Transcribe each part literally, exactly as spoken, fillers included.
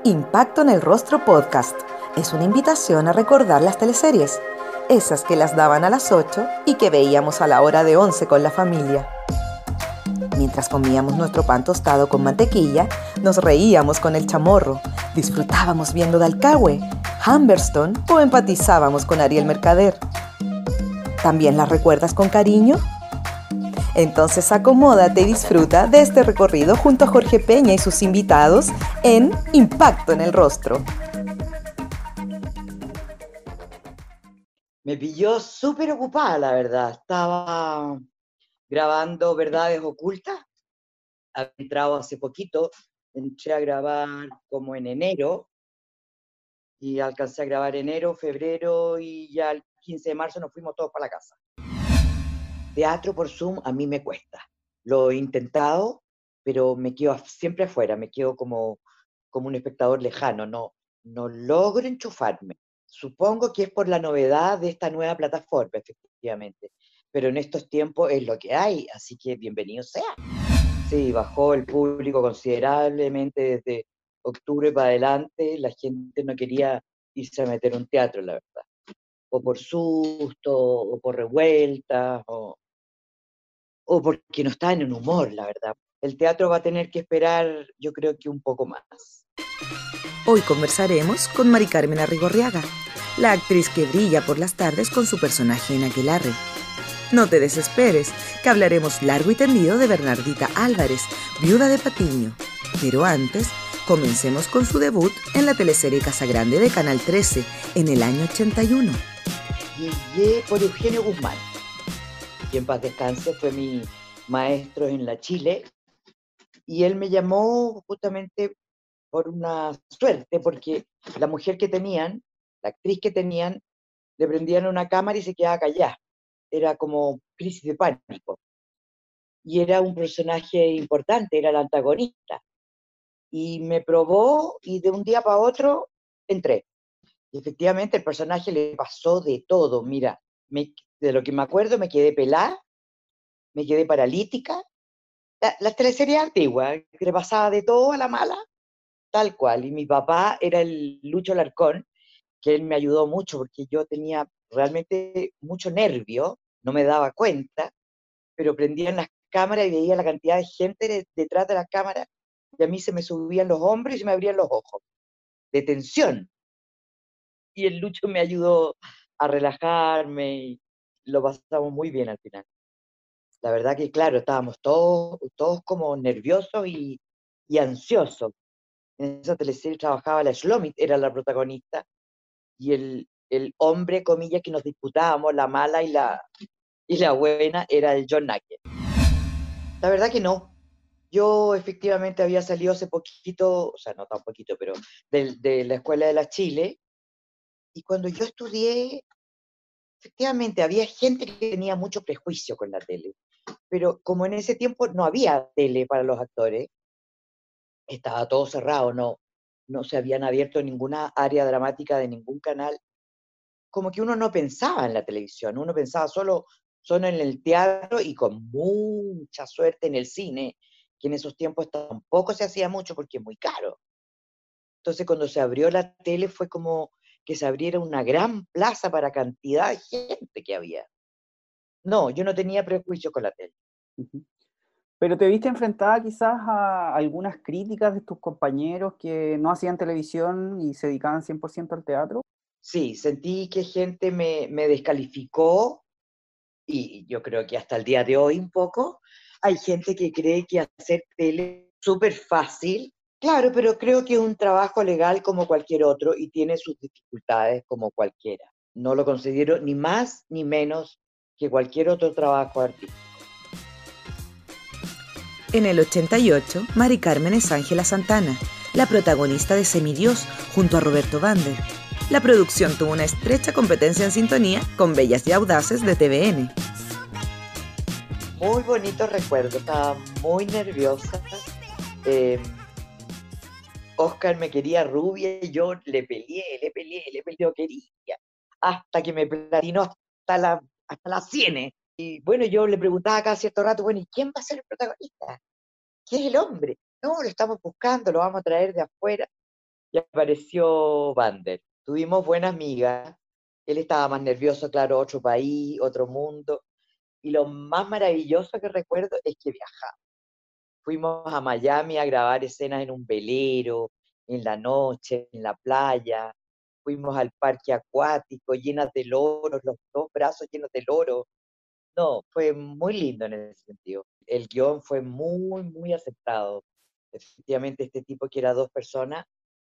Impacto en el Rostro Podcast es una invitación a recordar las teleseries, esas que las daban a las ocho y que veíamos a la hora de once con la familia. Mientras comíamos nuestro pan tostado con mantequilla, nos reíamos con el chamorro, disfrutábamos viendo Dalcahue, Humberstone o empatizábamos con Ariel Mercader. ¿También las recuerdas con cariño? Entonces acomódate y disfruta de este recorrido junto a Jorge Peña y sus invitados en Impacto en el Rostro. Me pilló súper ocupada, la verdad. Estaba grabando Verdades Ocultas. Había entrado hace poquito. Entré a grabar como en enero. Y alcancé a grabar enero, febrero y ya el quince de marzo nos fuimos todos para la casa. Teatro por Zoom a mí me cuesta. Lo he intentado, pero me quedo siempre afuera. Me quedo como, como un espectador lejano. No, no logro enchufarme. Supongo que es por la novedad de esta nueva plataforma, efectivamente. Pero en estos tiempos es lo que hay, así que bienvenido sea. Sí, bajó el público considerablemente desde octubre para adelante. La gente no quería irse a meter a un teatro, la verdad. O por susto, o por revueltas, o, o porque no estaban en humor, la verdad. El teatro va a tener que esperar, yo creo que un poco más. Hoy conversaremos con Mari Carmen Arrigorriaga, la actriz que brilla por las tardes con su personaje en Aquelarre. No te desesperes, que hablaremos largo y tendido de Bernardita Álvarez, viuda de Patiño. Pero antes, comencemos con su debut en la teleserie Casagrande de Canal trece en el año ochenta y uno. Llegué por Eugenio Guzmán, que en paz descanse fue mi maestro en la Chile, y él me llamó justamente por una suerte, porque la mujer que tenían, la actriz que tenían, le prendían una cámara y se quedaba callada. Era como crisis de pánico. Y era un personaje importante, era el antagonista. Y me probó y de un día para otro entré. Y efectivamente el personaje le pasó de todo. Mira, me, de lo que me acuerdo me quedé pelada, me quedé paralítica. La, las teleseries antiguas, que le pasaba de todo a la mala, tal cual. Y mi papá era el Lucho Larcón, que él me ayudó mucho porque yo tenía realmente mucho nervio, no me daba cuenta, pero prendían las cámaras y veía la cantidad de gente de, detrás de las cámaras y a mí se me subían los hombros y se me abrían los ojos, de tensión. Y el Lucho me ayudó a relajarme y lo pasamos muy bien al final. La verdad que, claro, estábamos todos, todos como nerviosos y, y ansiosos. En esa teleserie trabajaba la Shlomit, era la protagonista, y el, el hombre, comillas, que nos disputábamos, la mala y la, y la buena, era el John Nacken. La verdad que no. Yo efectivamente había salido hace poquito, o sea, no tan poquito, pero de, de la Escuela de la Chile, y cuando yo estudié, efectivamente había gente que tenía mucho prejuicio con la tele, pero como en ese tiempo no había tele para los actores, estaba todo cerrado, no, no se habían abierto ninguna área dramática de ningún canal, como que uno no pensaba en la televisión, uno pensaba solo, solo en el teatro y con mucha suerte en el cine, que en esos tiempos tampoco se hacía mucho porque es muy caro. Entonces cuando se abrió la tele fue como que se abriera una gran plaza para cantidad de gente que había. No, yo no tenía prejuicio con la tele. Ujú. Pero te viste enfrentada quizás a algunas críticas de tus compañeros que no hacían televisión y se dedicaban cien por ciento al teatro. Sí, sentí que gente me, me descalificó y yo creo que hasta el día de hoy un poco. Hay gente que cree que hacer tele es súper fácil. Claro, pero creo que es un trabajo legal como cualquier otro y tiene sus dificultades como cualquiera. No lo considero ni más ni menos que cualquier otro trabajo artístico. En el ochenta y ocho, Mari Carmen es Ángela Santana, la protagonista de Semidios, junto a Roberto Vander. La producción tuvo una estrecha competencia en sintonía con Bellas y Audaces de T V N. Muy bonito recuerdo, estaba muy nerviosa. Eh, Oscar me quería rubia y yo le peleé, le peleé, le peleé, yo quería, hasta que me platinó hasta, la, hasta las sienes. Y bueno, yo le preguntaba cada cierto rato, bueno, ¿y quién va a ser el protagonista? ¿Quién es el hombre? No, lo estamos buscando, lo vamos a traer de afuera. y apareció Vander. Tuvimos buenas amigas. Él estaba más nervioso, claro, otro país, otro mundo. Y lo más maravilloso que recuerdo es que viajamos. Fuimos a Miami a grabar escenas en un velero, en la noche, en la playa. Fuimos al parque acuático, llenas de loros, los dos brazos llenos de loros. No, fue muy lindo en ese sentido. El guión fue muy, muy aceptado. Efectivamente, este tipo que era dos personas,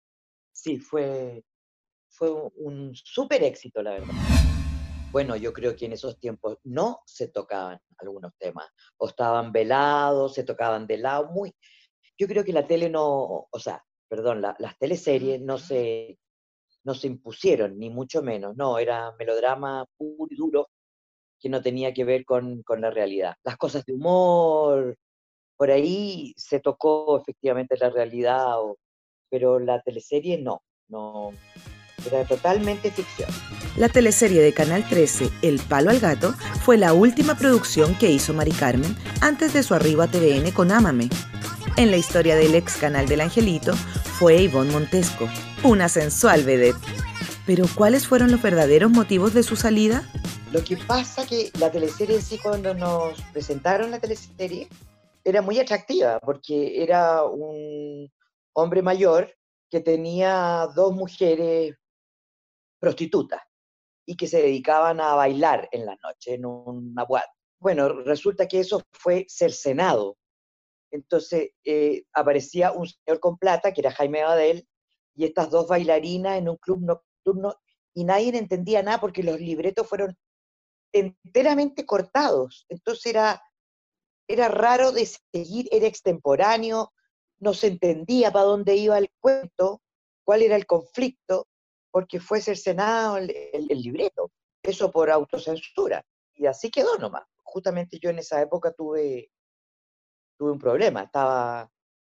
sí, fue, fue un, un súper éxito, la verdad. Bueno, yo creo que en esos tiempos no se tocaban algunos temas, o estaban velados, se tocaban de lado, muy... Yo creo que la tele no, o sea, perdón, la- las teleseries no se, no se impusieron, ni mucho menos, no, era melodrama puro y duro, que no tenía que ver con, con la realidad. Las cosas de humor, por ahí se tocó efectivamente la realidad, o- pero la teleserie no, no, era totalmente ficción. La teleserie de Canal trece, El Palo al Gato, fue la última producción que hizo Mari Carmen antes de su arribo a T V N con Ámame. En la historia del ex canal del Angelito fue Ivonne Montesco, una sensual vedette. Pero ¿cuáles fueron los verdaderos motivos de su salida? Lo que pasa que la teleserie en sí, cuando nos presentaron la teleserie, era muy atractiva, porque era un hombre mayor que tenía dos mujeres prostitutas y que se dedicaban a bailar en la noche en una boate. Bueno, resulta que eso fue cercenado. Entonces eh, aparecía un señor con plata, que era Jaime Badel, y estas dos bailarinas en un club nocturno, y nadie entendía nada porque los libretos fueron enteramente cortados. Entonces era, era raro de seguir, era extemporáneo, no se entendía para dónde iba el cuento, cuál era el conflicto, porque fue cercenado el, el, el libreto. Eso por autocensura. Y así quedó nomás. Justamente yo en esa época tuve, tuve un problema. Estaba,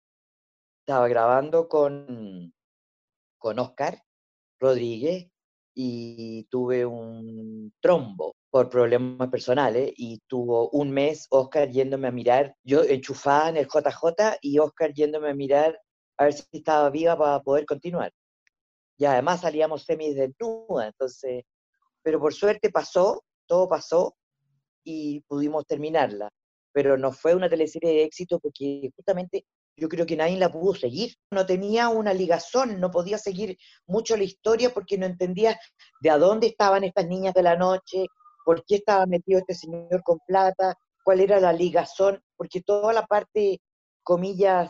estaba grabando con, con Oscar Rodríguez y tuve un trombo por problemas personales y tuvo un mes Oscar yéndome a mirar, yo enchufada en el J J y Oscar yéndome a mirar a ver si estaba viva para poder continuar. Y además salíamos semidesnudas, entonces, pero por suerte pasó, todo pasó y pudimos terminarla. Pero no fue una teleserie de éxito porque justamente yo creo que nadie la pudo seguir. No tenía una ligazón, no podía seguir mucho la historia porque no entendía de a dónde estaban estas niñas de la noche, por qué estaba metido este señor con plata, cuál era la ligazón, porque toda la parte, comillas,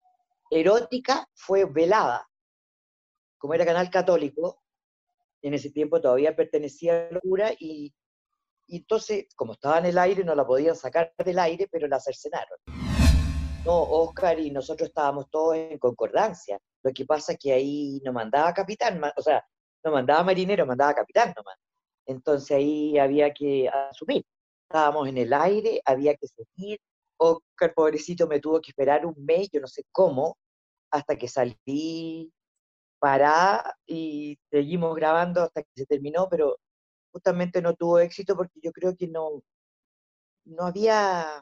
erótica fue velada. Como era canal católico, en ese tiempo todavía pertenecía a la locura y Y entonces, como estaba en el aire, no la podían sacar del aire, pero la cercenaron. No, Oscar y nosotros estábamos todos en concordancia. Lo que pasa es que ahí no mandaba capitán, o sea, no mandaba marinero, mandaba capitán nomás. Entonces ahí había que asumir. Estábamos en el aire, había que seguir. Oscar, pobrecito, me tuvo que esperar un mes, yo no sé cómo, hasta que salí parada y seguimos grabando hasta que se terminó, pero justamente no tuvo éxito porque yo creo que no, no había,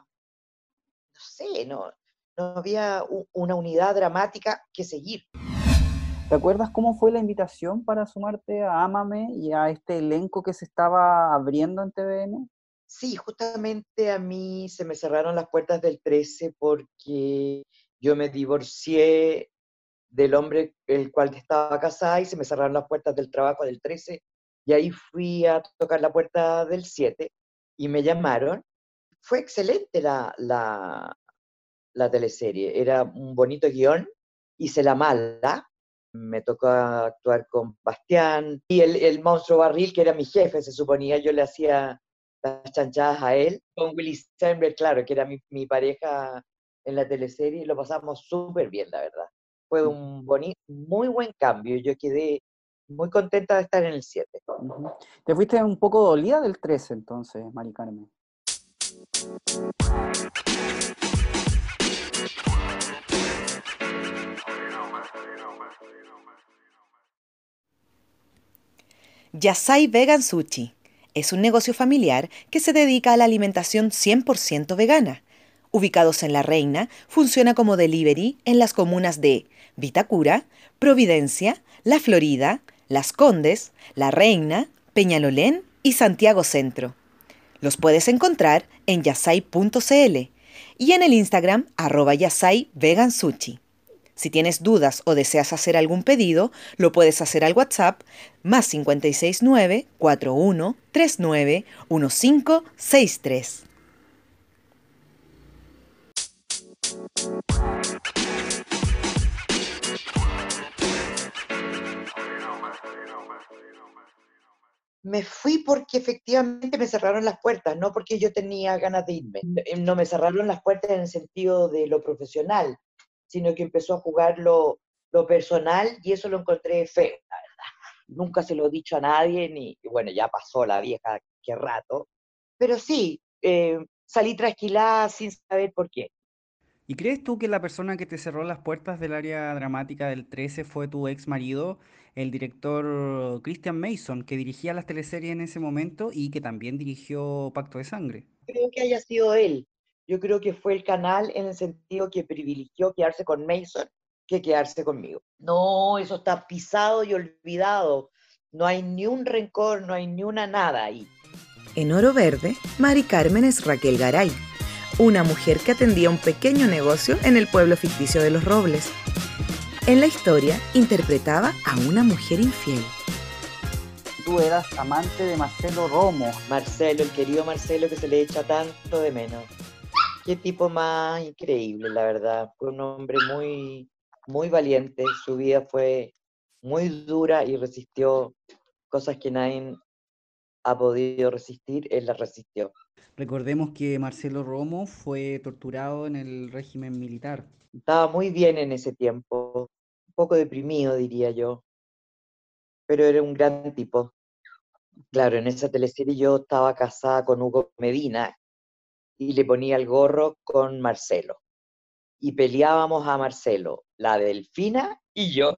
no sé, no, no había u- una unidad dramática que seguir. ¿Te acuerdas cómo fue la invitación para sumarte a Ámame y a este elenco que se estaba abriendo en T V N? Sí, justamente a mí se me cerraron las puertas del trece porque yo me divorcié del hombre el cual estaba casada y se me cerraron las puertas del trabajo del trece y ahí fui a tocar la puerta del siete y me llamaron. Fue excelente la, la, la teleserie, era un bonito guión, hice la mala, me tocó actuar con Bastián y el, el monstruo Barril, que era mi jefe, se suponía, yo le hacía las chanchadas a él, con Willy Steinberg, claro, que era mi, mi pareja en la teleserie, y lo pasamos súper bien, la verdad. Fue un bonito, muy buen cambio, yo quedé muy contenta de estar en el siete. Ujú. ¿Te fuiste un poco dolida del trece entonces, Mari Carmen? Yasai Vegan Sushi es un negocio familiar que se dedica a la alimentación cien por ciento vegana. Ubicados en La Reina, funciona como delivery en las comunas de Vitacura, Providencia, La Florida, Las Condes, La Reina, Peñalolén y Santiago Centro. Los puedes encontrar en yasai punto cl y en el Instagram arroba yasai vegan sushi. Si tienes dudas o deseas hacer algún pedido, lo puedes hacer al WhatsApp más cinco seis nueve, cuatro uno tres nueve, uno cinco seis tres. Me fui porque efectivamente me cerraron las puertas, no porque yo tenía ganas de irme. No me cerraron las puertas en el sentido de lo profesional, sino que empezó a jugar lo, lo personal y eso lo encontré feo, la verdad. Nunca se lo he dicho a nadie, ni, y bueno, ya pasó la vieja, qué rato. Pero sí, eh, salí trasquilada sin saber por qué. ¿Y crees tú que la persona que te cerró las puertas del área dramática del trece fue tu ex marido, el director Christian Mason, que dirigía las teleseries en ese momento y que también dirigió Pacto de Sangre? Creo que haya sido él. Yo creo que fue el canal en el sentido que privilegió quedarse con Mason que quedarse conmigo. No, eso está pisado y olvidado. No hay ni un rencor, no hay ni una nada ahí. En Oro Verde, Mari Carmen es Raquel Garay, una mujer que atendía un pequeño negocio en el pueblo ficticio de Los Robles. En la historia, interpretaba a una mujer infiel. Tú eras amante de Marcelo Romo. Marcelo, el querido Marcelo que se le echa tanto de menos. Qué tipo más increíble, la verdad. Fue un hombre muy, muy valiente. Su vida fue muy dura y resistió cosas que nadie ha podido resistir. Él las resistió. Recordemos que Marcelo Romo fue torturado en el régimen militar. Estaba muy bien en ese tiempo. Un poco deprimido, diría yo. Pero era un gran tipo. Claro, en esa teleserie yo estaba casada con Hugo Medina y le ponía el gorro con Marcelo. Y peleábamos a Marcelo, la Delfina y yo.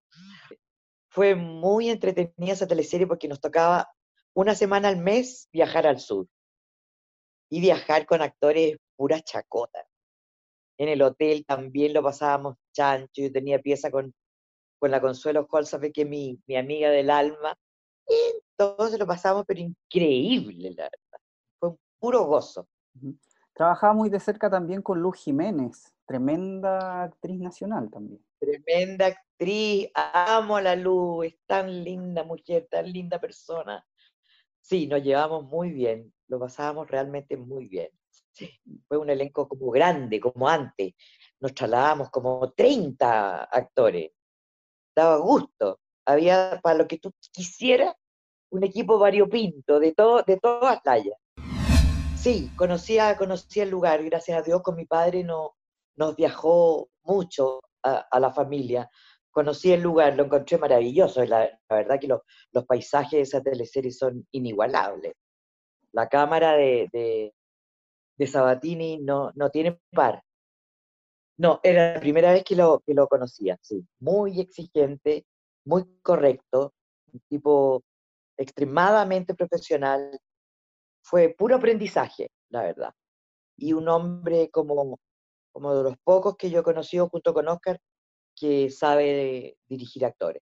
Fue muy entretenida esa teleserie porque nos tocaba una semana al mes viajar al sur y viajar con actores puras chacotas. En el hotel también lo pasábamos chancho, yo tenía pieza con, con la Consuelo Holzafe, que es mi, mi amiga del alma, y todos lo pasamos, pero increíble, la verdad. Fue un puro gozo. Ujú. Trabajaba muy de cerca también con Luz Jiménez, tremenda actriz nacional también. Tremenda actriz, amo a la Luz, es tan linda mujer, tan linda persona. Sí, nos llevamos muy bien, lo pasábamos realmente muy bien. Sí, fue un elenco como grande, como antes. Nos trasladábamos como treinta actores. Daba gusto. Había, para lo que tú quisieras, un equipo variopinto, de, todo, de todas tallas. Sí, conocía, conocía el lugar, gracias a Dios, con mi padre no, nos viajó mucho a, a la familia. Conocí el lugar, lo encontré maravilloso. La, la verdad que lo, los paisajes de esa teleserie son inigualables. La cámara de, de, de Sabatini no, no tiene par. No, era la primera vez que lo, que lo conocía, sí. Muy exigente, muy correcto, un tipo extremadamente profesional. Fue puro aprendizaje, la verdad. Y un hombre como, como de los pocos que yo he conocido junto con Oscar que sabe dirigir actores.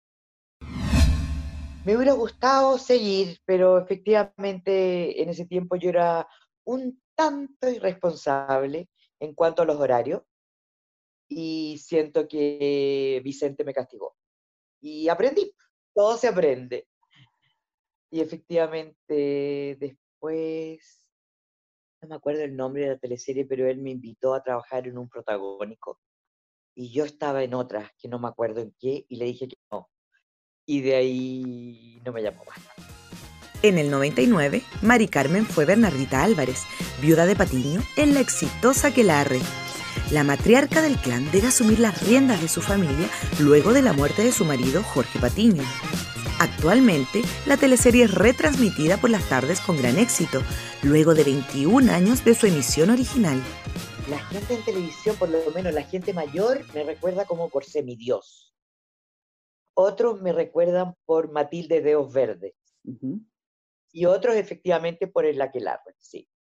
Me hubiera gustado seguir, pero efectivamente en ese tiempo yo era un tanto irresponsable en cuanto a los horarios y siento que Vicente me castigó. Y aprendí, todo se aprende. Y efectivamente después, no me acuerdo el nombre de la teleserie, pero él me invitó a trabajar en un protagónico. Y yo estaba en otras, que no me acuerdo en qué, y le dije que no. Y de ahí no me llamó más. En el noventa y nueve, Mari Carmen fue Bernardita Álvarez, viuda de Patiño en la exitosa Aquelarre. La matriarca del clan debe asumir las riendas de su familia luego de la muerte de su marido Jorge Patiño. Actualmente, la teleserie es retransmitida por las tardes con gran éxito, luego de veintiún años de su emisión original. La gente en televisión, por lo menos la gente mayor, me recuerda como por Semidios. Otros me recuerdan por Matilde de Ojos Verdes. Uh-huh. Y otros efectivamente por el Aquelarre, sí.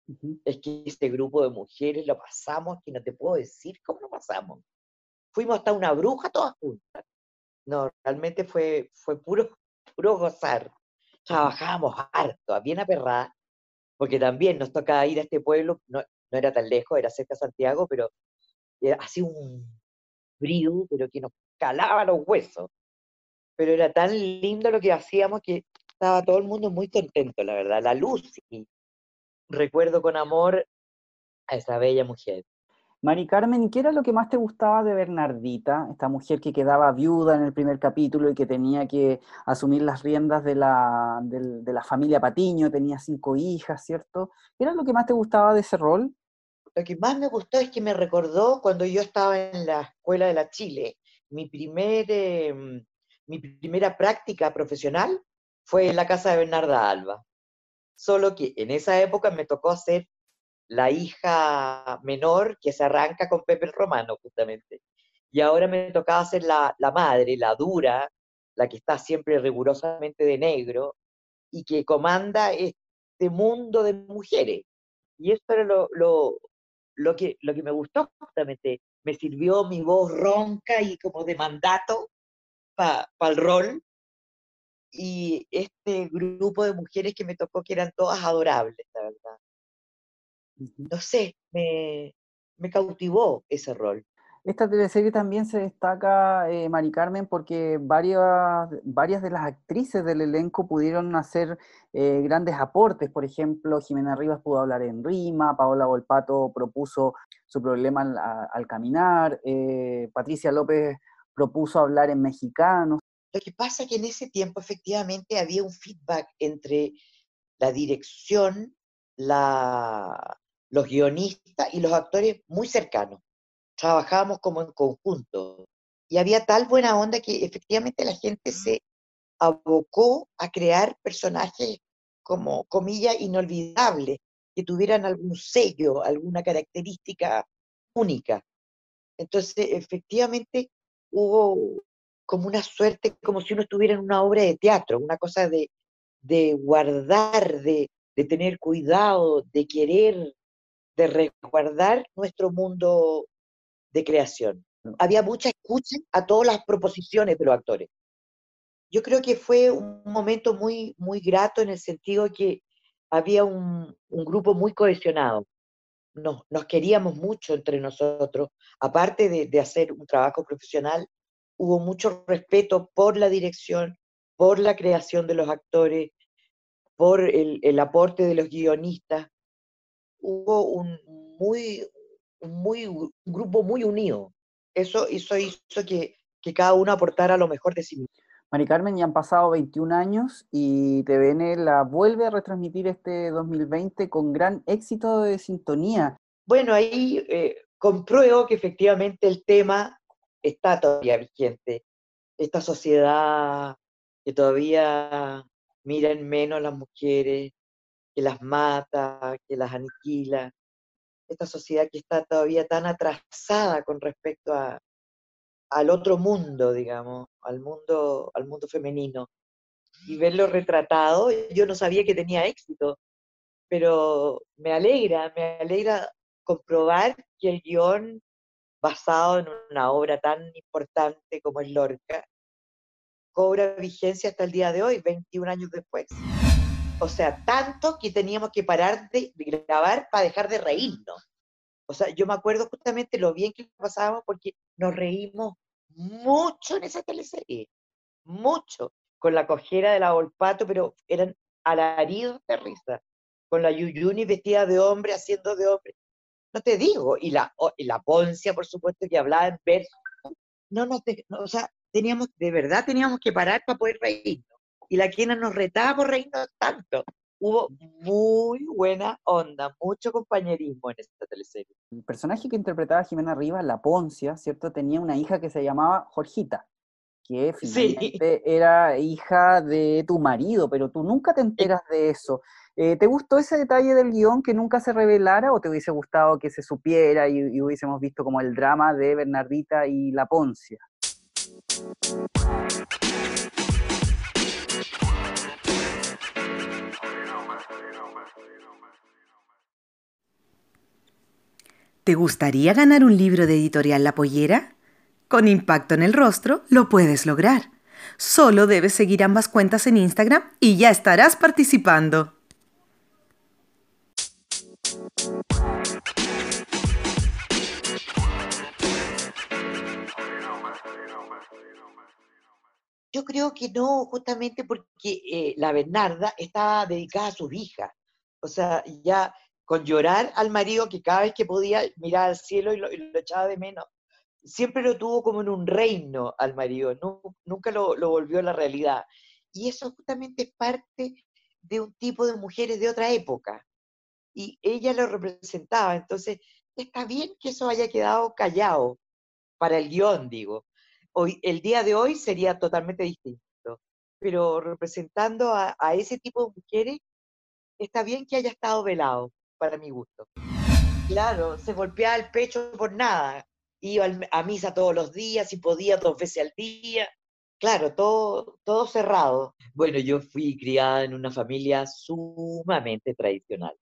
Ujú. Es que este grupo de mujeres lo pasamos, que no te puedo decir cómo lo pasamos. Fuimos hasta una bruja todas juntas. No, realmente fue, fue puro, puro gozar. Trabajábamos harto, bien aperradas, porque también nos tocaba ir a este pueblo, no, no era tan lejos, era cerca de Santiago, pero era así un frío, pero que nos calaba los huesos. Pero era tan lindo lo que hacíamos que estaba todo el mundo muy contento, la verdad. La luz, y recuerdo con amor a esa bella mujer. Mari Carmen, ¿y qué era lo que más te gustaba de Bernardita, esta mujer que quedaba viuda en el primer capítulo y que tenía que asumir las riendas de la, del- de la familia Patiño, tenía cinco hijas, ¿cierto? ¿Qué era lo que más te gustaba de ese rol? Lo que más me gustó es que me recordó cuando yo estaba en la escuela de la Chile. Mi, primer, eh, mi primera práctica profesional fue en la casa de Bernarda Alba. Solo que en esa época me tocó ser la hija menor que se arranca con Pepe el Romano, justamente. Y ahora me tocaba ser la, la madre, la dura, la que está siempre rigurosamente de negro y que comanda este mundo de mujeres. Y eso era lo, lo, lo, que, lo que me gustó justamente. Me sirvió mi voz ronca y como de mandato para pa el rol. Y este grupo de mujeres que me tocó, que eran todas adorables, la verdad. Ujú. No sé, me, me cautivó ese rol. Esta teleserie también se destaca, eh, Mari Carmen, porque varias, varias de las actrices del elenco pudieron hacer eh, grandes aportes. Por ejemplo, Jimena Rivas pudo hablar en rima, Paola Volpato propuso su problema al, a- al caminar, eh, Patricia López propuso hablar en mexicano. Lo que pasa es que en ese tiempo efectivamente había un feedback entre la dirección, la, los guionistas y los actores muy cercanos. Trabajábamos como en conjunto. Y había tal buena onda que efectivamente la gente se abocó a crear personajes como, comillas, inolvidables, que tuvieran algún sello, alguna característica única. Entonces, efectivamente, hubo como una suerte, como si uno estuviera en una obra de teatro, una cosa de, de guardar, de, de tener cuidado, de querer, de resguardar nuestro mundo de creación. Había mucha escucha a todas las proposiciones de los actores. Yo creo que fue un momento muy, muy grato en el sentido que había un, un grupo muy cohesionado. Nos, nos queríamos mucho entre nosotros. Aparte de, de hacer un trabajo profesional, hubo mucho respeto por la dirección, por la creación de los actores, por el, el aporte de los guionistas. Hubo un, muy, un, muy, un grupo muy unido. Eso, eso hizo que, que cada uno aportara lo mejor de sí mismo. Mari Carmen, ya han pasado veintiún años y T V N la vuelve a retransmitir este dos mil veinte con gran éxito de sintonía. Bueno, ahí eh, compruebo que efectivamente el tema está todavía vigente. Esta sociedad que todavía mira en menos a las mujeres, que las mata, que las aniquila. Esta sociedad que está todavía tan atrasada con respecto a, al otro mundo, digamos, al mundo, al mundo femenino. Y verlo retratado, yo no sabía que tenía éxito, pero me alegra, me alegra comprobar que el guión basado en una obra tan importante como es Lorca, cobra vigencia hasta el día de hoy, veintiún años después. O sea, tanto que teníamos que parar de, de grabar para dejar de reírnos. O sea, yo me acuerdo justamente lo bien que lo pasábamos porque nos reímos mucho en esa teleserie, mucho, con la cojera de la Volpato, pero eran alaridos de risa, con la Yuyuni vestida de hombre, haciendo de hombre, no te digo, y la, o- y la Poncia, por supuesto, que hablaba en verso, no nos, de- no, o sea, teníamos, de verdad teníamos que parar para poder reírnos, y la quena nos retaba por reírnos tanto. Hubo muy buena onda, mucho compañerismo en esta teleserie. El personaje que interpretaba Jimena Rivas, la Poncia, ¿cierto? Tenía una hija que se llamaba Jorgita, que Sí, finalmente era hija de tu marido, pero tú nunca te enteras de eso. Eh, ¿te gustó ese detalle del guión que nunca se revelara o te hubiese gustado que se supiera y, y hubiésemos visto como el drama de Bernardita y la Poncia? ¿Te gustaría ganar un libro de Editorial La Pollera? Con Impacto en el Rostro lo puedes lograr. Solo debes seguir ambas cuentas en Instagram y ya estarás participando. Yo creo que no, justamente porque eh, la Bernarda estaba dedicada a sus hijas. O sea, ya con llorar al marido que cada vez que podía mirar al cielo y lo, y lo echaba de menos, siempre lo tuvo como en un reino al marido, nu- nunca lo, lo volvió a la realidad. Y eso justamente es parte de un tipo de mujeres de otra época. Y ella lo representaba. Entonces, está bien que eso haya quedado callado para el guión, digo. Hoy, el día de hoy sería totalmente distinto, pero representando a, a ese tipo de mujeres, está bien que haya estado velado, para mi gusto. Claro, se golpeaba el pecho por nada, iba al- a misa todos los días, si podía dos veces al día, claro, todo, todo cerrado. Bueno, yo fui criada en una familia sumamente tradicional.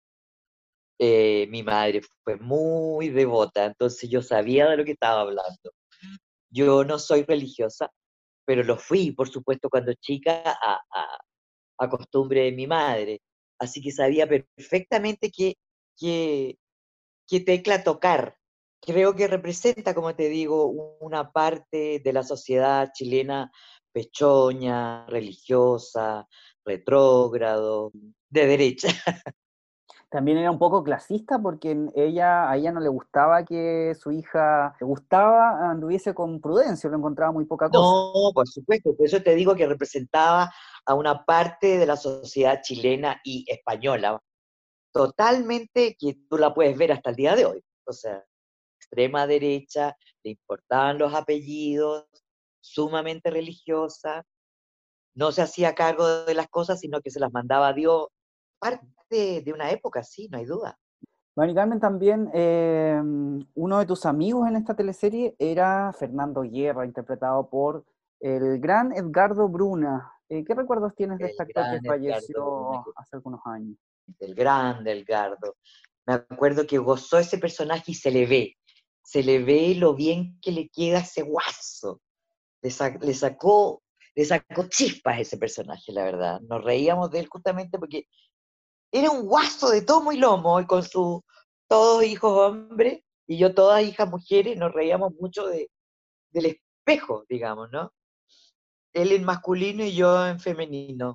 Eh, mi madre fue muy devota, entonces yo sabía de lo que estaba hablando. Yo no soy religiosa, pero lo fui, por supuesto, cuando chica, a, a- a costumbre de mi madre. Así que sabía perfectamente qué, qué, qué tecla tocar. Creo que representa, como te digo, una parte de la sociedad chilena pechoña, religiosa, retrógrado, de derecha. También era un poco clasista porque ella, a ella no le gustaba que su hija le gustaba, anduviese con Prudencio, lo encontraba muy poca cosa. No, por supuesto, por eso te digo que representaba a una parte de la sociedad chilena y española, totalmente que tú la puedes ver hasta el día de hoy. O sea, extrema derecha, le importaban los apellidos, sumamente religiosa, no se hacía cargo de las cosas, sino que se las mandaba a Dios. Parte de, de una época, sí, no hay duda. Mari Carmen, también eh, uno de tus amigos en esta teleserie era Fernando Guerra, interpretado por el gran Edgardo Bruna. Eh, ¿qué recuerdos tienes de este El actor que gran Edgardo Bruna, falleció hace algunos años? el gran Edgardo. Me acuerdo que gozó ese personaje y se le ve, se le ve lo bien que le queda ese guaso. Le, sa- le sacó, le sacó chispas a ese personaje, la verdad. Nos reíamos de él justamente porque era un guaso de tomo y lomo, y con sus todos hijos hombres y yo todas hijas mujeres, nos reíamos mucho de, del espejo, digamos, ¿no? Él en masculino y yo en femenino.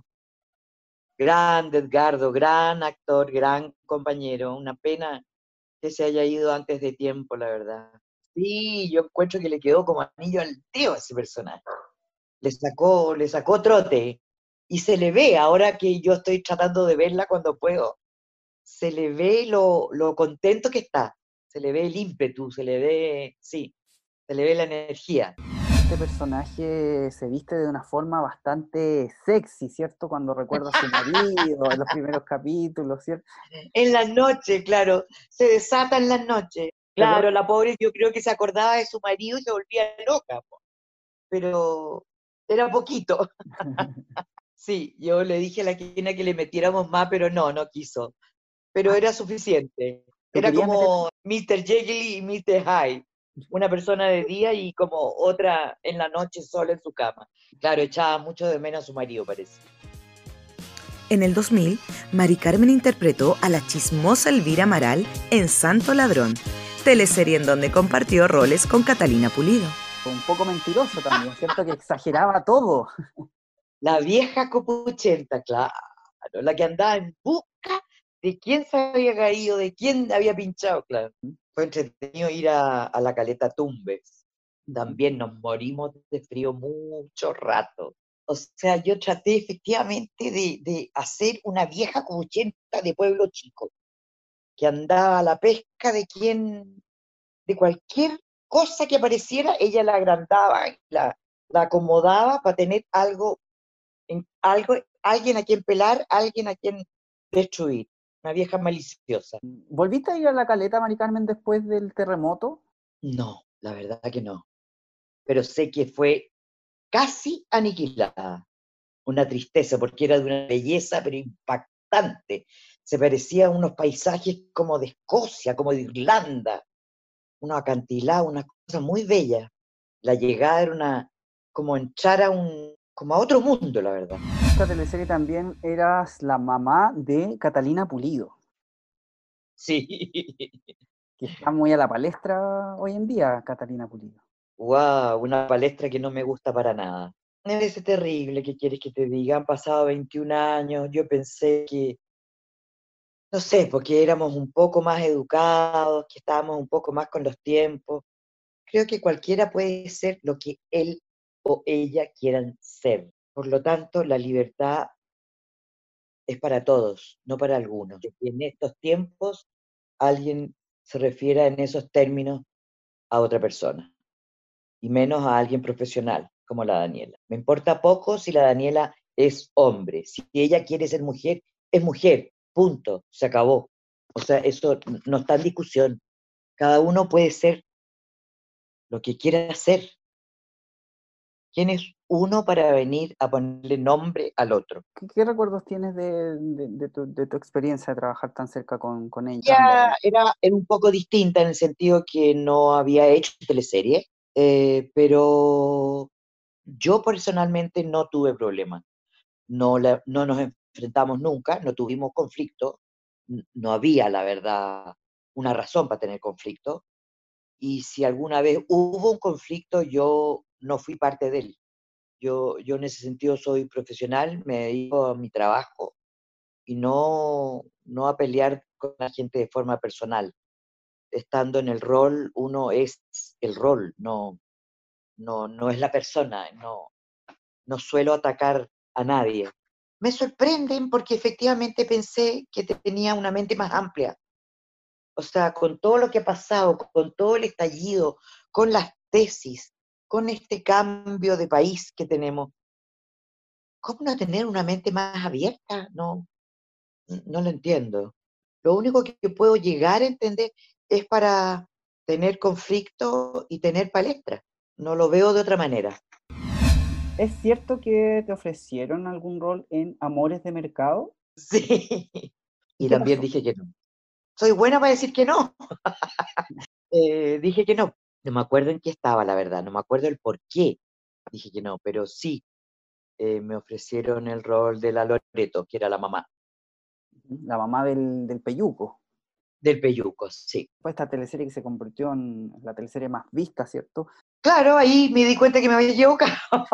Grande Edgardo, gran actor, gran compañero. Una pena que se haya ido antes de tiempo, la verdad. Sí, yo encuentro que le quedó como anillo al dedo a ese personaje. Le sacó, le sacó trote. Y se le ve, ahora que yo estoy tratando de verla cuando puedo, se le ve lo, lo contento que está. Se le ve el ímpetu, se le ve, sí, se le ve la energía. Este personaje se viste de una forma bastante sexy, ¿cierto? Cuando recuerda a su marido en los primeros capítulos, ¿cierto? En las noches, claro, se desata en las noches. ¿Te acuerdas? Claro, la pobre yo creo que se acordaba de su marido y se volvía loca, po. Pero era poquito. Sí, yo le dije a la Kina que le metiéramos más, pero no, no quiso. Pero Ah, era suficiente. ¿tú Era querías meter? como mister Jekyll y mister Hyde. Una persona de día y como otra en la noche sola en su cama. Claro, echaba mucho de menos a su marido, parece. En el dos mil, Mari Carmen interpretó a la chismosa Elvira Amaral en Santo Ladrón, teleserie en donde compartió roles con Catalina Pulido. Un poco mentiroso también, ¿cierto? Que exageraba todo. La vieja copuchenta, claro, la que andaba en busca de quién se había caído, de quién había pinchado, claro. Fue entretenido ir a, a la caleta Tumbes. También nos morimos de frío mucho rato. O sea, yo traté efectivamente de, de hacer una vieja copuchenta de pueblo chico, que andaba a la pesca de quien, de cualquier cosa que apareciera, ella la agrandaba, la, la acomodaba para tener algo en algo, alguien a quien pelar, alguien a quien destruir. Una vieja maliciosa. ¿Volviste a ir a la caleta, Mari Carmen, después del terremoto? No, la verdad que no. Pero sé que fue casi aniquilada. Una tristeza, porque era de una belleza, pero impactante. se parecía a unos paisajes como de Escocia, como de Irlanda, unos acantilados, una cosa muy bella. La llegada era una, como entrar a un, como a otro mundo, la verdad. Esta teleserie también eras la mamá de Catalina Pulido, Sí. que está muy a la palestra hoy en día, Catalina Pulido. Wow, una palestra que no me gusta para nada. Me parece terrible, ¿qué quieres que te diga? Han pasado veintiún años, yo pensé que, no sé, porque éramos un poco más educados, que estábamos un poco más con los tiempos. Creo que cualquiera puede ser lo que él o ella quieran ser. Por lo tanto, la libertad es para todos, no para algunos. Y en estos tiempos alguien se refiera en esos términos a otra persona, y menos a alguien profesional como la Daniela. Me importa poco si la Daniela es hombre. Si ella quiere ser mujer, es mujer. Punto. Se acabó. O sea, eso no está en discusión. Cada uno puede ser lo que quiera ser. ¿Quién es uno para venir a ponerle nombre al otro? ¿Qué, qué recuerdos tienes de, de- de tu, de tu experiencia de trabajar tan cerca con, con ella? Ya era, era un poco distinta en el sentido que no había hecho teleserie, eh, pero yo personalmente no tuve problemas. No, la- no nos enfrentamos nunca, no tuvimos conflicto, n- no había, la verdad, una razón para tener conflicto, y si alguna vez hubo un conflicto, yo no fui parte de él. Yo, yo en ese sentido soy profesional, me dedico a mi trabajo y no, no a pelear con la gente de forma personal. Estando en el rol, uno es el rol, no, no, no es la persona, no, no suelo atacar a nadie. Me sorprenden porque efectivamente pensé que tenía una mente más amplia. O sea, con todo lo que ha pasado, con todo el estallido, con las tesis, con este cambio de país que tenemos, ¿cómo no tener una mente más abierta? No, no lo entiendo. Lo único que puedo llegar a entender es para tener conflicto y tener palestra. No lo veo de otra manera. ¿Es cierto que te ofrecieron algún rol en Amores de Mercado? Sí. ¿Y Y qué también pasó? dije que no. Soy buena para decir que no. Eh, dije que no. No me acuerdo en qué estaba, la verdad. No me acuerdo el por qué dije que no, pero sí, eh, me ofrecieron el rol de la Loreto, que era la mamá La mamá del, del Peyuco. del Peyuco, sí. Fue esta teleserie que se convirtió en la teleserie más vista, ¿cierto? Claro, ahí me di cuenta que me había equivocado.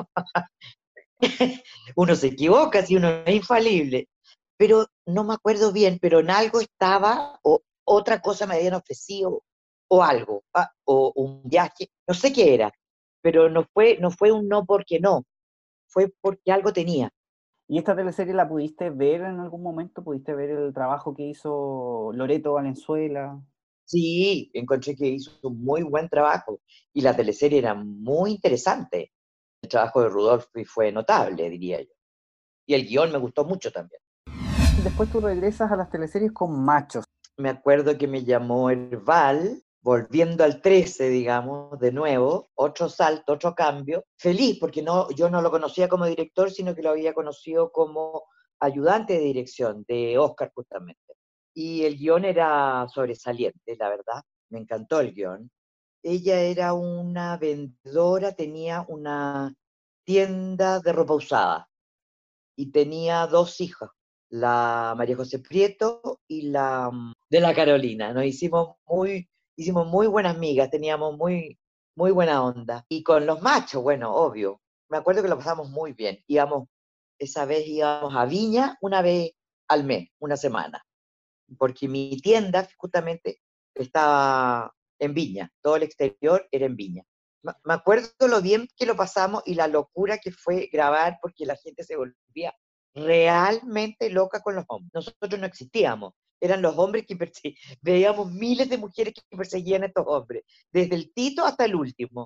Uno se equivoca si uno es infalible. Pero no me acuerdo bien, pero en algo estaba, o otra cosa me habían ofrecido, o algo, ah, o un viaje, no sé qué era, pero no fue, no fue un no porque no, fue porque algo tenía. ¿Y esta teleserie la pudiste ver en algún momento? ¿Pudiste ver el trabajo que hizo Loreto Valenzuela? Sí, encontré que hizo un muy buen trabajo y la teleserie era muy interesante. El trabajo de Rudolfi fue notable, diría yo. Y el guión me gustó mucho también. Después tú regresas a las teleseries con Machos. Me acuerdo que me llamó Herbal, volviendo al trece, digamos, de nuevo, otro salto, otro cambio. Feliz porque no, yo no lo conocía como director, sino que lo había conocido como ayudante de dirección de Oscar justamente. Y el guión era sobresaliente, la verdad. Me encantó el guión. Ella era una vendedora, tenía una tienda de ropa usada y tenía dos hijas, la María José Prieto y la mm, de la Carolina. Nos hicimos muy, hicimos muy buenas amigas, teníamos muy, muy buena onda. Y con los machos, bueno, obvio. Me acuerdo que lo pasamos muy bien. Íbamos, esa vez íbamos a Viña una vez al mes, una semana, porque mi tienda justamente estaba en Viña, todo el exterior era en Viña. Me acuerdo lo bien que lo pasamos y la locura que fue grabar porque la gente se volvía realmente loca con los hombres. Nosotros no existíamos, eran los hombres que perse- veíamos miles de mujeres que perseguían a estos hombres, desde el Tito hasta el último.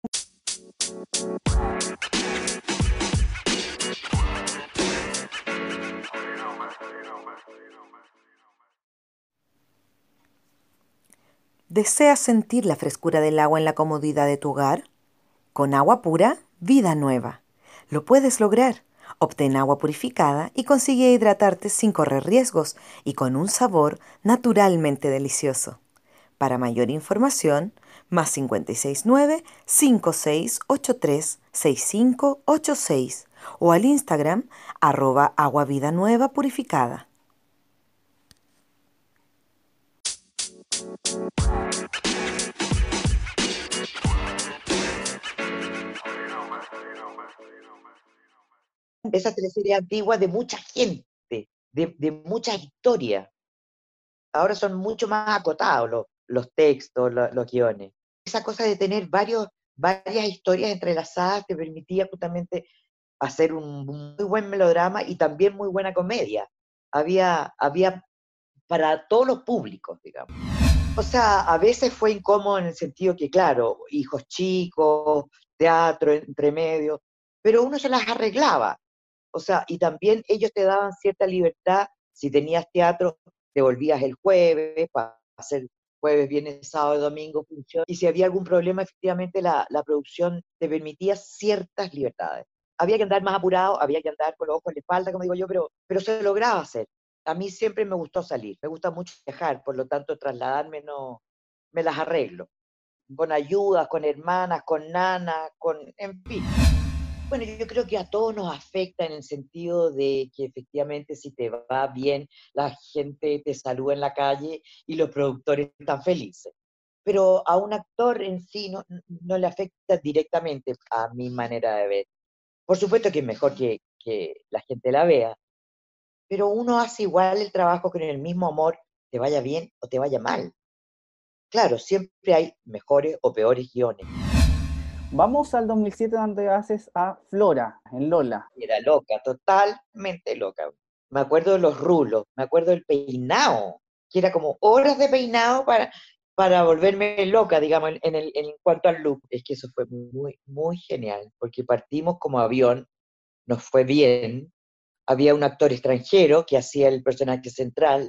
¿Deseas sentir la frescura del agua en la comodidad de tu hogar? Con agua pura, vida nueva. Lo puedes lograr. Obtén agua purificada y consigue hidratarte sin correr riesgos y con un sabor naturalmente delicioso. Para mayor información, más cinco seis nueve, cinco seis ocho tres, seis cinco ocho seis o al Instagram arroba agua vida nueva purificada. Esa teleserie antigua de mucha gente, de, de mucha historia. Ahora son mucho más acotados los, los textos, los, los guiones. Esa cosa de tener varios, varias historias entrelazadas te permitía justamente hacer un, un muy buen melodrama y también muy buena comedia. Había, había para todos los públicos, digamos. O sea, a veces fue incómodo en el sentido que, claro, hijos chicos, teatro entre medio, pero uno se las arreglaba. O sea, y también ellos te daban cierta libertad. Si tenías teatro, te volvías el jueves para hacer jueves, viernes, sábado, domingo, función. Y si había algún problema, efectivamente la, la producción te permitía ciertas libertades. Había que andar más apurado, había que andar con los ojos en la espalda, como digo yo, pero, pero se lograba hacer. A mí siempre me gustó salir, me gusta mucho viajar, por lo tanto trasladarme no, me las arreglo, con ayudas, con hermanas, con nanas, con, en fin. Bueno, yo creo que a todos nos afecta en el sentido de que efectivamente si te va bien, la gente te saluda en la calle y los productores están felices. Pero a un actor en sí no, no le afecta directamente a mi manera de ver. Por supuesto que es mejor que, que la gente la vea, pero uno hace igual el trabajo con el mismo amor, te vaya bien o te vaya mal. Claro, siempre hay mejores o peores guiones. Vamos al dos mil siete donde haces a Flora, en Lola. Era loca, totalmente loca. Me acuerdo de los rulos, me acuerdo del peinado, que era como horas de peinado para, para volverme loca, digamos, en, en el, en cuanto al look. Es que eso fue muy, muy genial, porque partimos como avión, nos fue bien, había un actor extranjero que hacía el personaje central,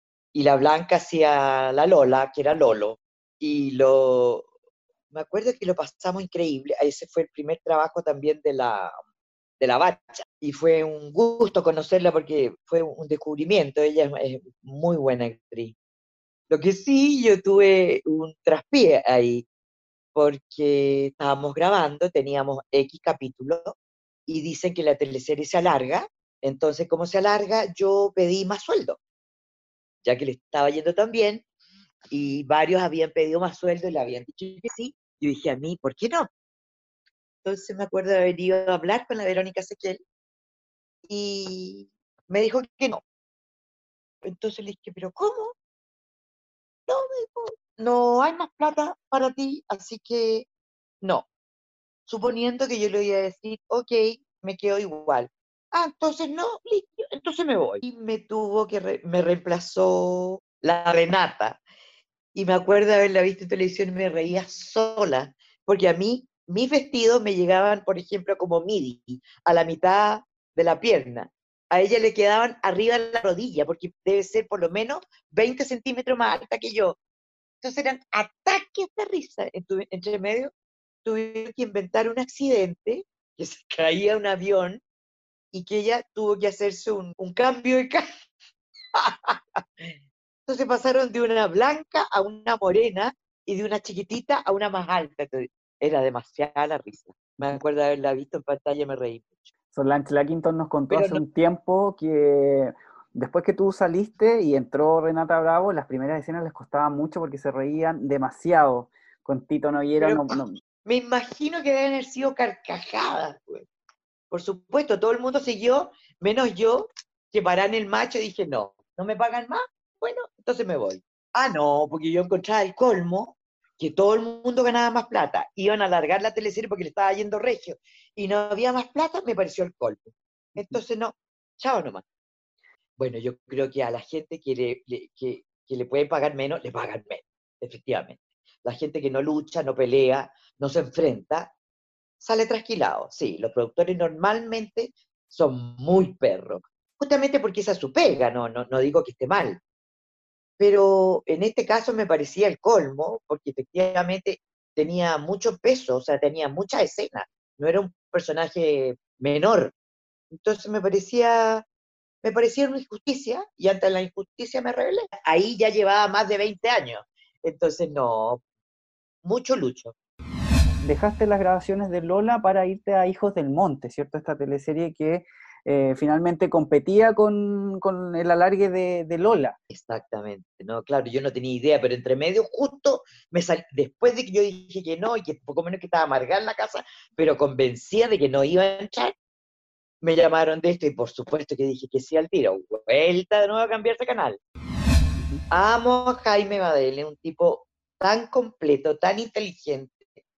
y la Blanca hacía la Lola, que era Lolo, y lo, me acuerdo que lo pasamos increíble, ese fue el primer trabajo también de la, de la Bacha, y fue un gusto conocerla porque fue un descubrimiento, ella es, es muy buena actriz. Lo que sí, yo tuve un traspié ahí, porque estábamos grabando, teníamos X capítulos, y dicen que la teleserie se alarga, entonces como se alarga, yo pedí más sueldo, ya que le estaba yendo tan bien, y varios habían pedido más sueldo y le habían dicho que sí. Yo dije, a mí, ¿por qué no? Entonces me acuerdo de haber ido a hablar con la Verónica Ezequiel y me dijo que no. Entonces le dije, ¿pero cómo? No, me dijo, no hay más plata para ti, así que no. Suponiendo que yo le iba a decir, ok, me quedo igual. Ah, entonces no, listo, entonces me voy. Y me tuvo que, re- me reemplazó la Renata. Y me acuerdo de haberla visto en televisión y me reía sola, porque a mí mis vestidos me llegaban, por ejemplo, como midi, a la mitad de la pierna. A ella le quedaban arriba de la rodilla, porque debe ser por lo menos veinte centímetros más alta que yo. Entonces eran ataques de risa. Entu- Entre medio tuvieron que inventar un accidente, que se caía un avión y que ella tuvo que hacerse un, un cambio de cara. Entonces pasaron de una blanca a una morena y de una chiquitita a una más alta. Entonces, era demasiada la risa. Me acuerdo de haberla visto en pantalla y me reí mucho. Solange Lackington nos contó Pero hace no, un tiempo que después que tú saliste y entró Renata Bravo, las primeras escenas les costaba mucho porque se reían demasiado. Con Tito Noguera pero no, no- me imagino que deben haber sido carcajadas, pues. Por supuesto, todo el mundo siguió, menos yo, que paran el macho y dije, no, no me pagan más, bueno, entonces me voy. Ah, no, porque yo encontraba el colmo, que todo el mundo ganaba más plata, iban a alargar la teleserie porque le estaba yendo regio, y no había más plata, me pareció el colmo. Entonces, no, chao nomás. Bueno, yo creo que a la gente que le, le- que, que le pueden pagar menos, le pagan menos, efectivamente. La gente que no lucha, no pelea, no se enfrenta, sale trasquilado. Sí, los productores normalmente son muy perros, justamente porque esa es su pega, no, no, no digo que esté mal, pero en este caso me parecía el colmo, porque efectivamente tenía mucho peso, o sea, tenía mucha escena, no era un personaje menor, Entonces me parecía, me parecía una injusticia y ante la injusticia me rebelé. Ahí ya llevaba más de veinte años. Entonces no, mucho lucho. Dejaste las grabaciones de Lola para irte a Hijos del Monte, ¿cierto? Esta teleserie que eh, finalmente competía con, con el alargue de, de Lola. Exactamente, no, claro, yo no tenía idea, pero entre medio justo me sal... después de que yo dije que no y que poco menos que estaba amargada en la casa, pero convencida de que no iba a entrar, me llamaron de esto y por supuesto que dije que sí al tiro, vuelta de nuevo a cambiar de canal. Amo a Jaime Badel, es un tipo tan completo, tan inteligente,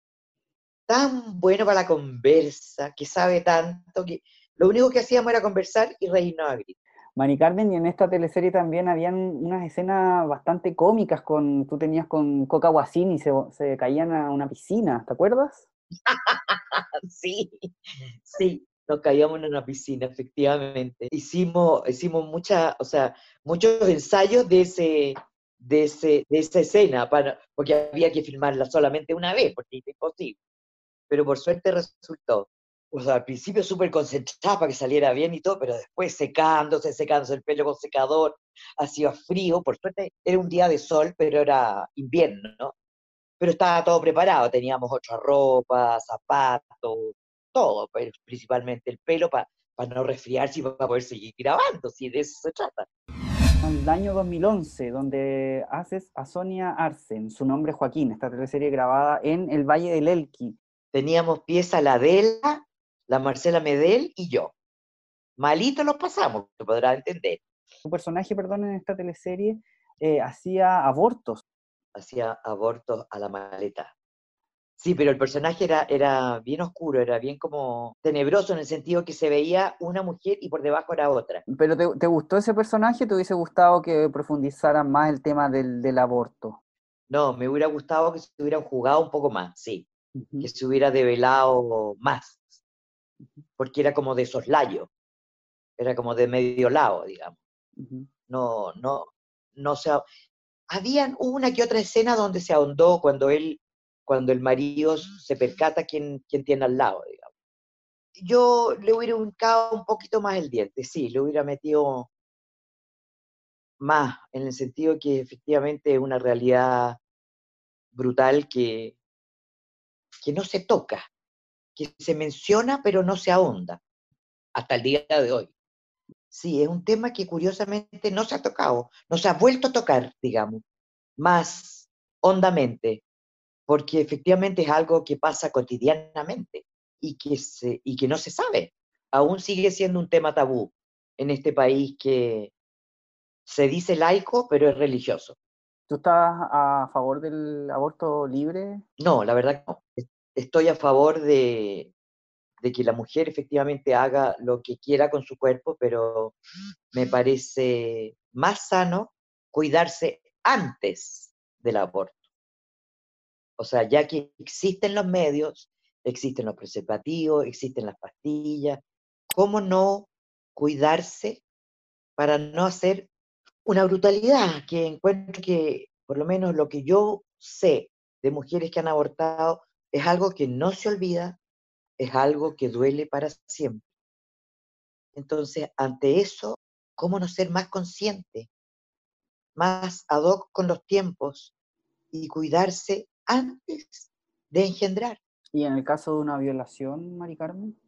tan bueno para la conversa, que sabe tanto, que lo único que hacíamos era conversar y reírnos a gritos. Mari Carmen, y en esta teleserie también habían unas escenas bastante cómicas con, tú tenías con Coca Guasini y se, se caían a una piscina, ¿te acuerdas? Sí, sí, nos caíamos en una piscina, efectivamente. Hicimos, hicimos muchas, o sea, muchos ensayos de ese, de ese, de esa escena, para, porque había que filmarla solamente una vez, porque es imposible. Pero por suerte resultó. O sea, al principio súper concentrada para que saliera bien y todo, pero después secándose, secándose el pelo con secador, hacía frío, por suerte era un día de sol, pero era invierno, ¿no? Pero estaba todo preparado, teníamos otra ropa, zapatos, todo, pero principalmente el pelo para pa no resfriarse y para poder seguir grabando, si de eso se trata. El año dos mil once, donde haces a Sonia Arce, su nombre es Joaquín, esta teleserie grabada en el Valle del Elqui. Teníamos pieza la Adela, la Marcela Medel y yo. Malito los pasamos, te podrás entender. Tu personaje, perdón, en esta teleserie eh, hacía abortos. Hacía abortos a la maleta. Sí, pero el personaje era, era bien oscuro, era bien como tenebroso en el sentido que se veía una mujer y por debajo era otra. ¿Pero te, te gustó ese personaje? ¿Te hubiese gustado que profundizaran más el tema del, del aborto? No, me hubiera gustado que se hubieran jugado un poco más, sí, Uh-huh. que se hubiera develado más, porque era como de soslayo, era como de medio lado, digamos. Uh-huh. No, no, no se... Habían una que otra escena donde se ahondó cuando él, cuando el marido se percata quién, quién tiene al lado, digamos. Yo le hubiera hincado un poquito más el diente, sí, le hubiera metido más, en el sentido que efectivamente es una realidad brutal que, que no se toca, que se menciona pero no se ahonda hasta el día de hoy. Sí, es un tema que curiosamente no se ha tocado, no se ha vuelto a tocar, digamos, más hondamente, porque efectivamente es algo que pasa cotidianamente y que, se, y que no se sabe. Aún sigue siendo un tema tabú en este país que se dice laico, pero es religioso. ¿Tú estás a favor del aborto libre? No, la verdad que no. Estoy a favor de, de que la mujer efectivamente haga lo que quiera con su cuerpo, pero me parece más sano cuidarse antes del aborto. O sea, ya que existen los medios, existen los preservativos, existen las pastillas, ¿cómo no cuidarse para no hacer una brutalidad? Que encuentro que, por lo menos lo que yo sé de mujeres que han abortado, es algo que no se olvida, es algo que duele para siempre. Entonces, ante eso, ¿cómo no ser más consciente, más ad hoc con los tiempos y cuidarse antes de engendrar? ¿Y en el caso de una violación, Mari Carmen?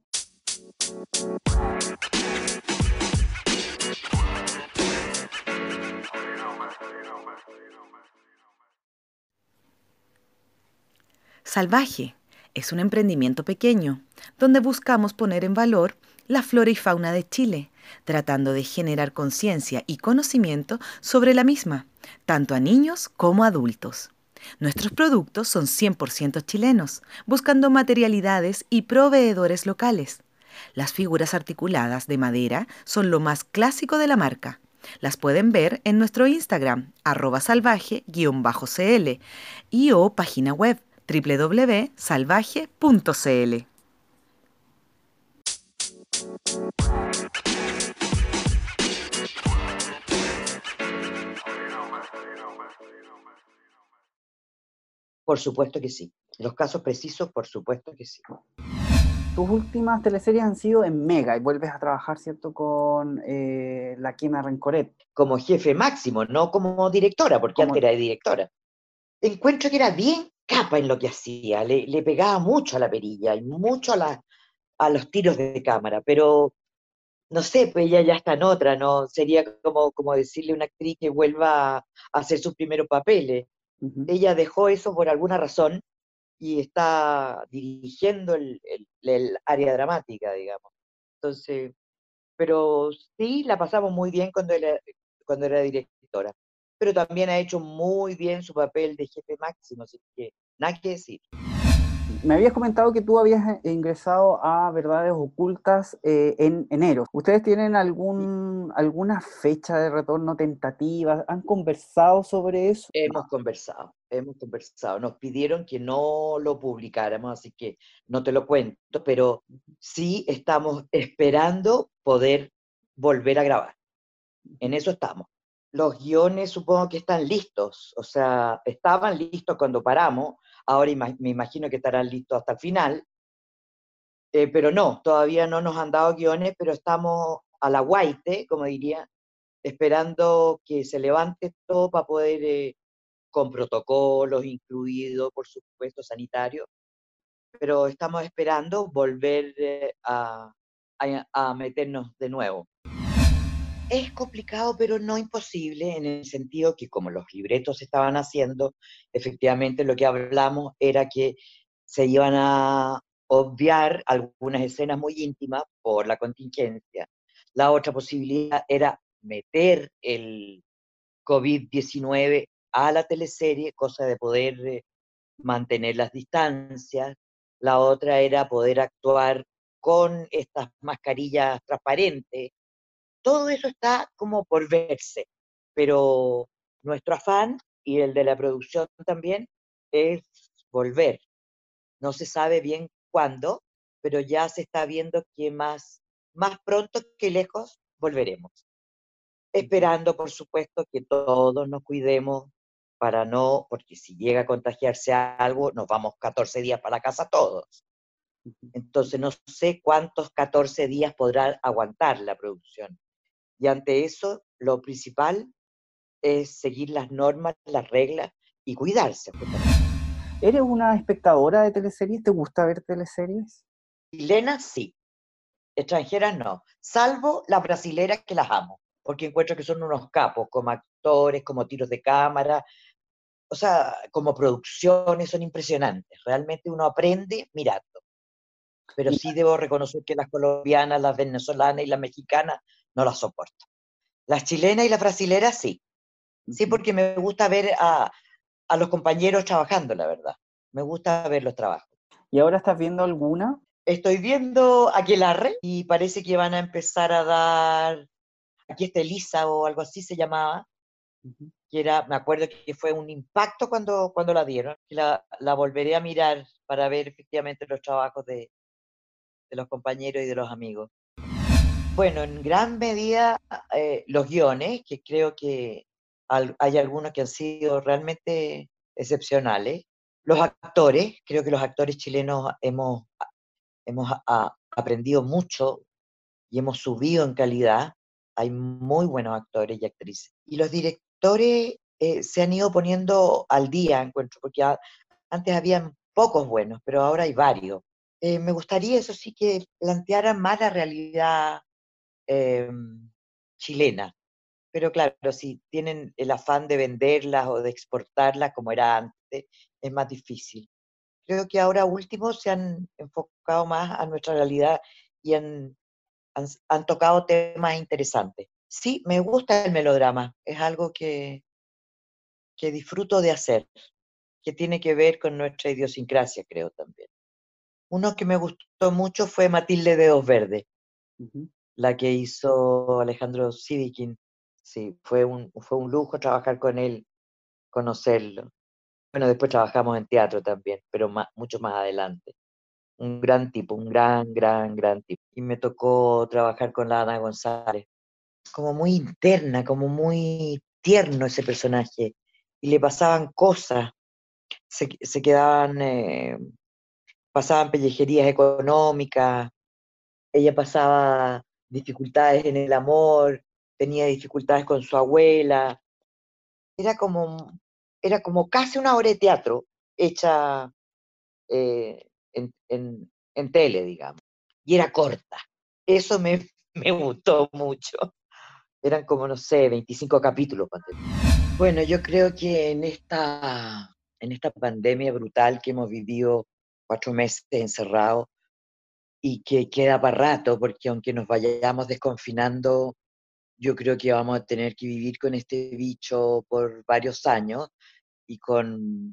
Salvaje es un emprendimiento pequeño donde buscamos poner en valor la flora y fauna de Chile, tratando de generar conciencia y conocimiento sobre la misma, tanto a niños como a adultos. Nuestros productos son cien por ciento chilenos, buscando materialidades y proveedores locales. Las figuras articuladas de madera son lo más clásico de la marca. Las pueden ver en nuestro Instagram, arroba salvaje-cl, y o página web doble u doble u doble u punto salvaje punto c l. Por supuesto que sí. En los casos precisos, por supuesto que sí. Tus últimas teleseries han sido en Mega y vuelves a trabajar, ¿cierto?, con eh, la Quema Rencoret. Como jefe máximo, no como directora, porque Como, antes era directora. Encuentro que era bien capa en lo que hacía, le, le pegaba mucho a la perilla y mucho a, la, a los tiros de cámara, pero no sé, pues ella ya está en otra, ¿no? Sería como, como decirle a una actriz que vuelva a hacer sus primeros papeles. uh-huh. Ella dejó eso por alguna razón y está dirigiendo el, el, el área dramática, digamos. Entonces, pero sí la pasamos muy bien cuando era, cuando era directora. Pero también ha hecho muy bien su papel de jefe máximo, así que nada que decir. Me habías comentado que tú habías eh, ingresado a Verdades Ocultas eh, en enero. ¿Ustedes tienen algún, alguna fecha de retorno tentativa? ¿Han conversado sobre eso? Hemos conversado, hemos conversado. Nos pidieron que no lo publicáramos, así que no te lo cuento, pero sí estamos esperando poder volver a grabar. En eso estamos. Los guiones supongo que están listos, o sea, estaban listos cuando paramos, ahora ima- me imagino que estarán listos hasta el final, eh, pero no, todavía no nos han dado guiones, pero estamos a la guaite, como diría, esperando que se levante todo para poder, eh, con protocolos incluidos, por supuesto, sanitarios, pero estamos esperando volver eh, a, a, a meternos de nuevo. Es complicado, pero no imposible, en el sentido que como los libretos se estaban haciendo, efectivamente lo que hablamos era que se iban a obviar algunas escenas muy íntimas por la contingencia. La otra posibilidad era meter el COVID diecinueve a la teleserie, cosa de poder eh, mantener las distancias. La otra era poder actuar con estas mascarillas transparentes. Todo eso está como por verse, pero nuestro afán y el de la producción también es volver. No se sabe bien cuándo, pero ya se está viendo que más, más pronto que lejos volveremos. Esperando, por supuesto, que todos nos cuidemos para no, porque si llega a contagiarse algo, nos vamos catorce días para la casa todos. Entonces no sé cuántos catorce días podrá aguantar la producción. Y ante eso, lo principal es seguir las normas, las reglas y cuidarse. ¿Eres una espectadora de teleseries? ¿Te gusta ver teleseries? Chilenas sí, extranjeras no, salvo las brasileras que las amo, porque encuentro que son unos capos como actores, como tiros de cámara, o sea, como producciones son impresionantes. Realmente uno aprende mirando. Pero Y, sí debo reconocer que las colombianas, las venezolanas y las mexicanas no las soporto. Las chilenas y las brasileras sí. Sí, porque me gusta ver a, a los compañeros trabajando, la verdad. Me gusta ver los trabajos. ¿Y ahora estás viendo alguna? Estoy viendo Aquelarre y parece que van a empezar a dar, aquí está Elisa o algo así se llamaba, Uh-huh. que era, me acuerdo que fue un impacto cuando, cuando la dieron, que la, la volveré a mirar para ver efectivamente los trabajos de, de los compañeros y de los amigos. Bueno, en gran medida eh, los guiones, que creo que al, hay algunos que han sido realmente excepcionales. Los actores, creo que los actores chilenos hemos, hemos a, a, aprendido mucho y hemos subido en calidad. Hay muy buenos actores y actrices. Y los directores eh, se han ido poniendo al día, encuentro, porque a, antes habían pocos buenos, pero ahora hay varios. Eh, me gustaría, eso sí, que plantearan más la realidad eh, chilena. Pero claro, si tienen el afán de venderlas o de exportarlas como era antes, es más difícil. Creo que ahora último se han enfocado más a nuestra realidad y han, han, han tocado temas interesantes. Sí, me gusta el melodrama, es algo que, que disfruto de hacer, que tiene que ver con nuestra idiosincrasia, creo también. Uno que me gustó mucho fue Matilde de Dedos Verdes, Uh-huh. la que hizo Alejandro Sidikin. Sí, fue un, fue un lujo trabajar con él, conocerlo. Bueno, después trabajamos en teatro también, pero más, mucho más adelante. Un gran tipo, un gran, gran, gran tipo. Y me tocó trabajar con la Ana González, como muy interna, como muy tierno ese personaje. Y le pasaban cosas, se, se quedaban, eh, pasaban pellejerías económicas, ella pasaba dificultades en el amor, tenía dificultades con su abuela. Era como, era como casi una obra de teatro hecha eh, en, en, en tele, digamos. Y era corta. Eso me, me gustó mucho. Eran como, no sé, veinticinco capítulos. Bueno, yo creo que en esta, en esta pandemia brutal que hemos vivido cuatro meses encerrados y que queda para rato, porque aunque nos vayamos desconfinando, yo creo que vamos a tener que vivir con este bicho por varios años y con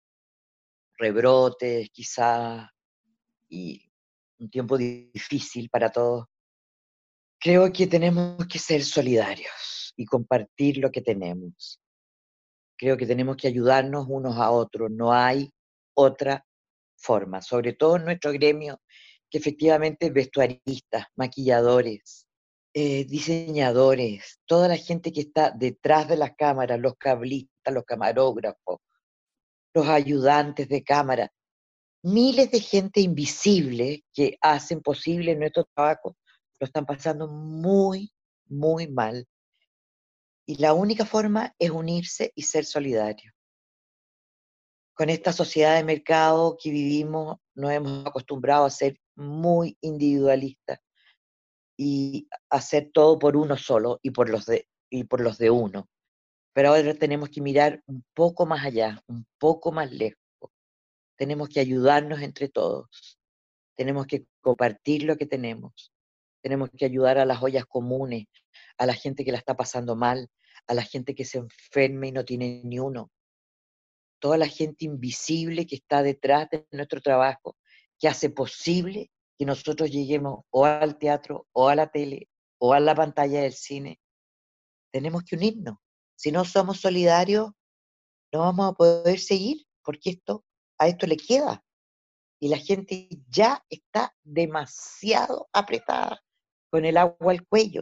rebrotes quizás y un tiempo difícil para todos. Creo que tenemos que ser solidarios y compartir lo que tenemos. Creo que tenemos que ayudarnos unos a otros. No hay otra forma, sobre todo en nuestro gremio, que efectivamente vestuaristas, maquilladores, eh, diseñadores, toda la gente que está detrás de las cámaras, los cablistas, los camarógrafos, los ayudantes de cámara, miles de gente invisible que hacen posible nuestro trabajo, lo están pasando muy, muy mal. Y la única forma es unirse y ser solidarios. Con esta sociedad de mercado que vivimos, nos hemos acostumbrado a ser muy individualistas y hacer todo por uno solo y por los de, y por los de uno. Pero ahora tenemos que mirar un poco más allá, un poco más lejos. Tenemos que ayudarnos entre todos. Tenemos que compartir lo que tenemos. Tenemos que ayudar a las ollas comunes, a la gente que la está pasando mal, a la gente que se enferma y no tiene ni uno. Toda la gente invisible que está detrás de nuestro trabajo, que hace posible que nosotros lleguemos o al teatro, o a la tele, o a la pantalla del cine. Tenemos que unirnos. Si no somos solidarios, no vamos a poder seguir, porque esto, a esto le queda. Y la gente ya está demasiado apretada con el agua al cuello.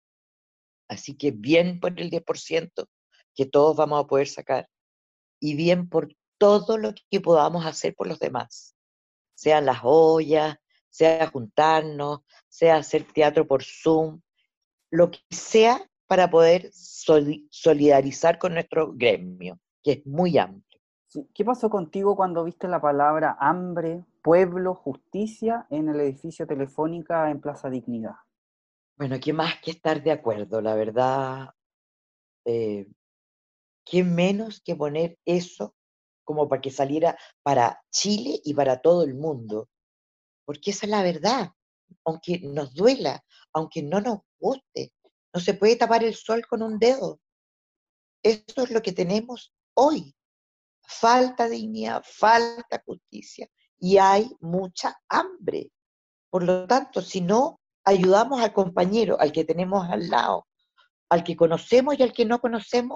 Así que bien por el diez por ciento que todos vamos a poder sacar. Y bien por todo lo que podamos hacer por los demás. Sean las ollas, sea juntarnos, sea hacer teatro por Zoom, lo que sea para poder sol- solidarizar con nuestro gremio, que es muy amplio. Sí. ¿Qué pasó contigo cuando viste la palabra hambre, pueblo, justicia en el edificio Telefónica en Plaza Dignidad? Bueno, ¿qué más que estar de acuerdo? La verdad, eh, ¿qué menos que poner eso como para que saliera para Chile y para todo el mundo? Porque esa es la verdad, aunque nos duela, aunque no nos guste, no se puede tapar el sol con un dedo. Eso es lo que tenemos hoy. Falta dignidad, falta justicia y hay mucha hambre. Por lo tanto, si no ayudamos al compañero, al que tenemos al lado, al que conocemos y al que no conocemos,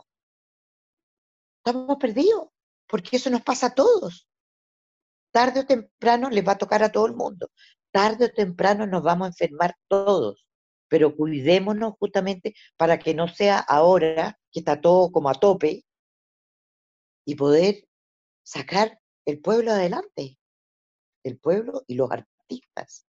estamos perdidos, porque eso nos pasa a todos. Tarde o temprano les va a tocar a todo el mundo. Tarde o temprano nos vamos a enfermar todos, pero cuidémonos justamente para que no sea ahora que está todo como a tope y poder sacar el pueblo adelante, el pueblo y los artistas.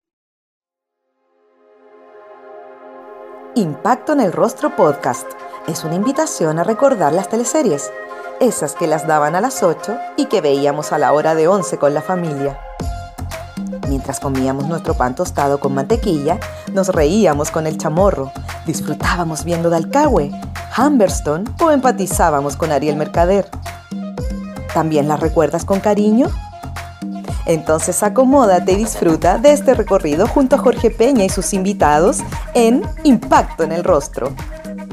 Impacto en el Rostro Podcast es una invitación a recordar las teleseries, esas que las daban a las ocho y que veíamos a la hora de once con la familia. Mientras comíamos nuestro pan tostado con mantequilla, nos reíamos con el chamorro, disfrutábamos viendo Dalcahue, Humberstone o empatizábamos con Ariel Mercader. ¿También las recuerdas con cariño? Entonces acomódate y disfruta de este recorrido junto a Jorge Peña y sus invitados en Impacto en el Rostro.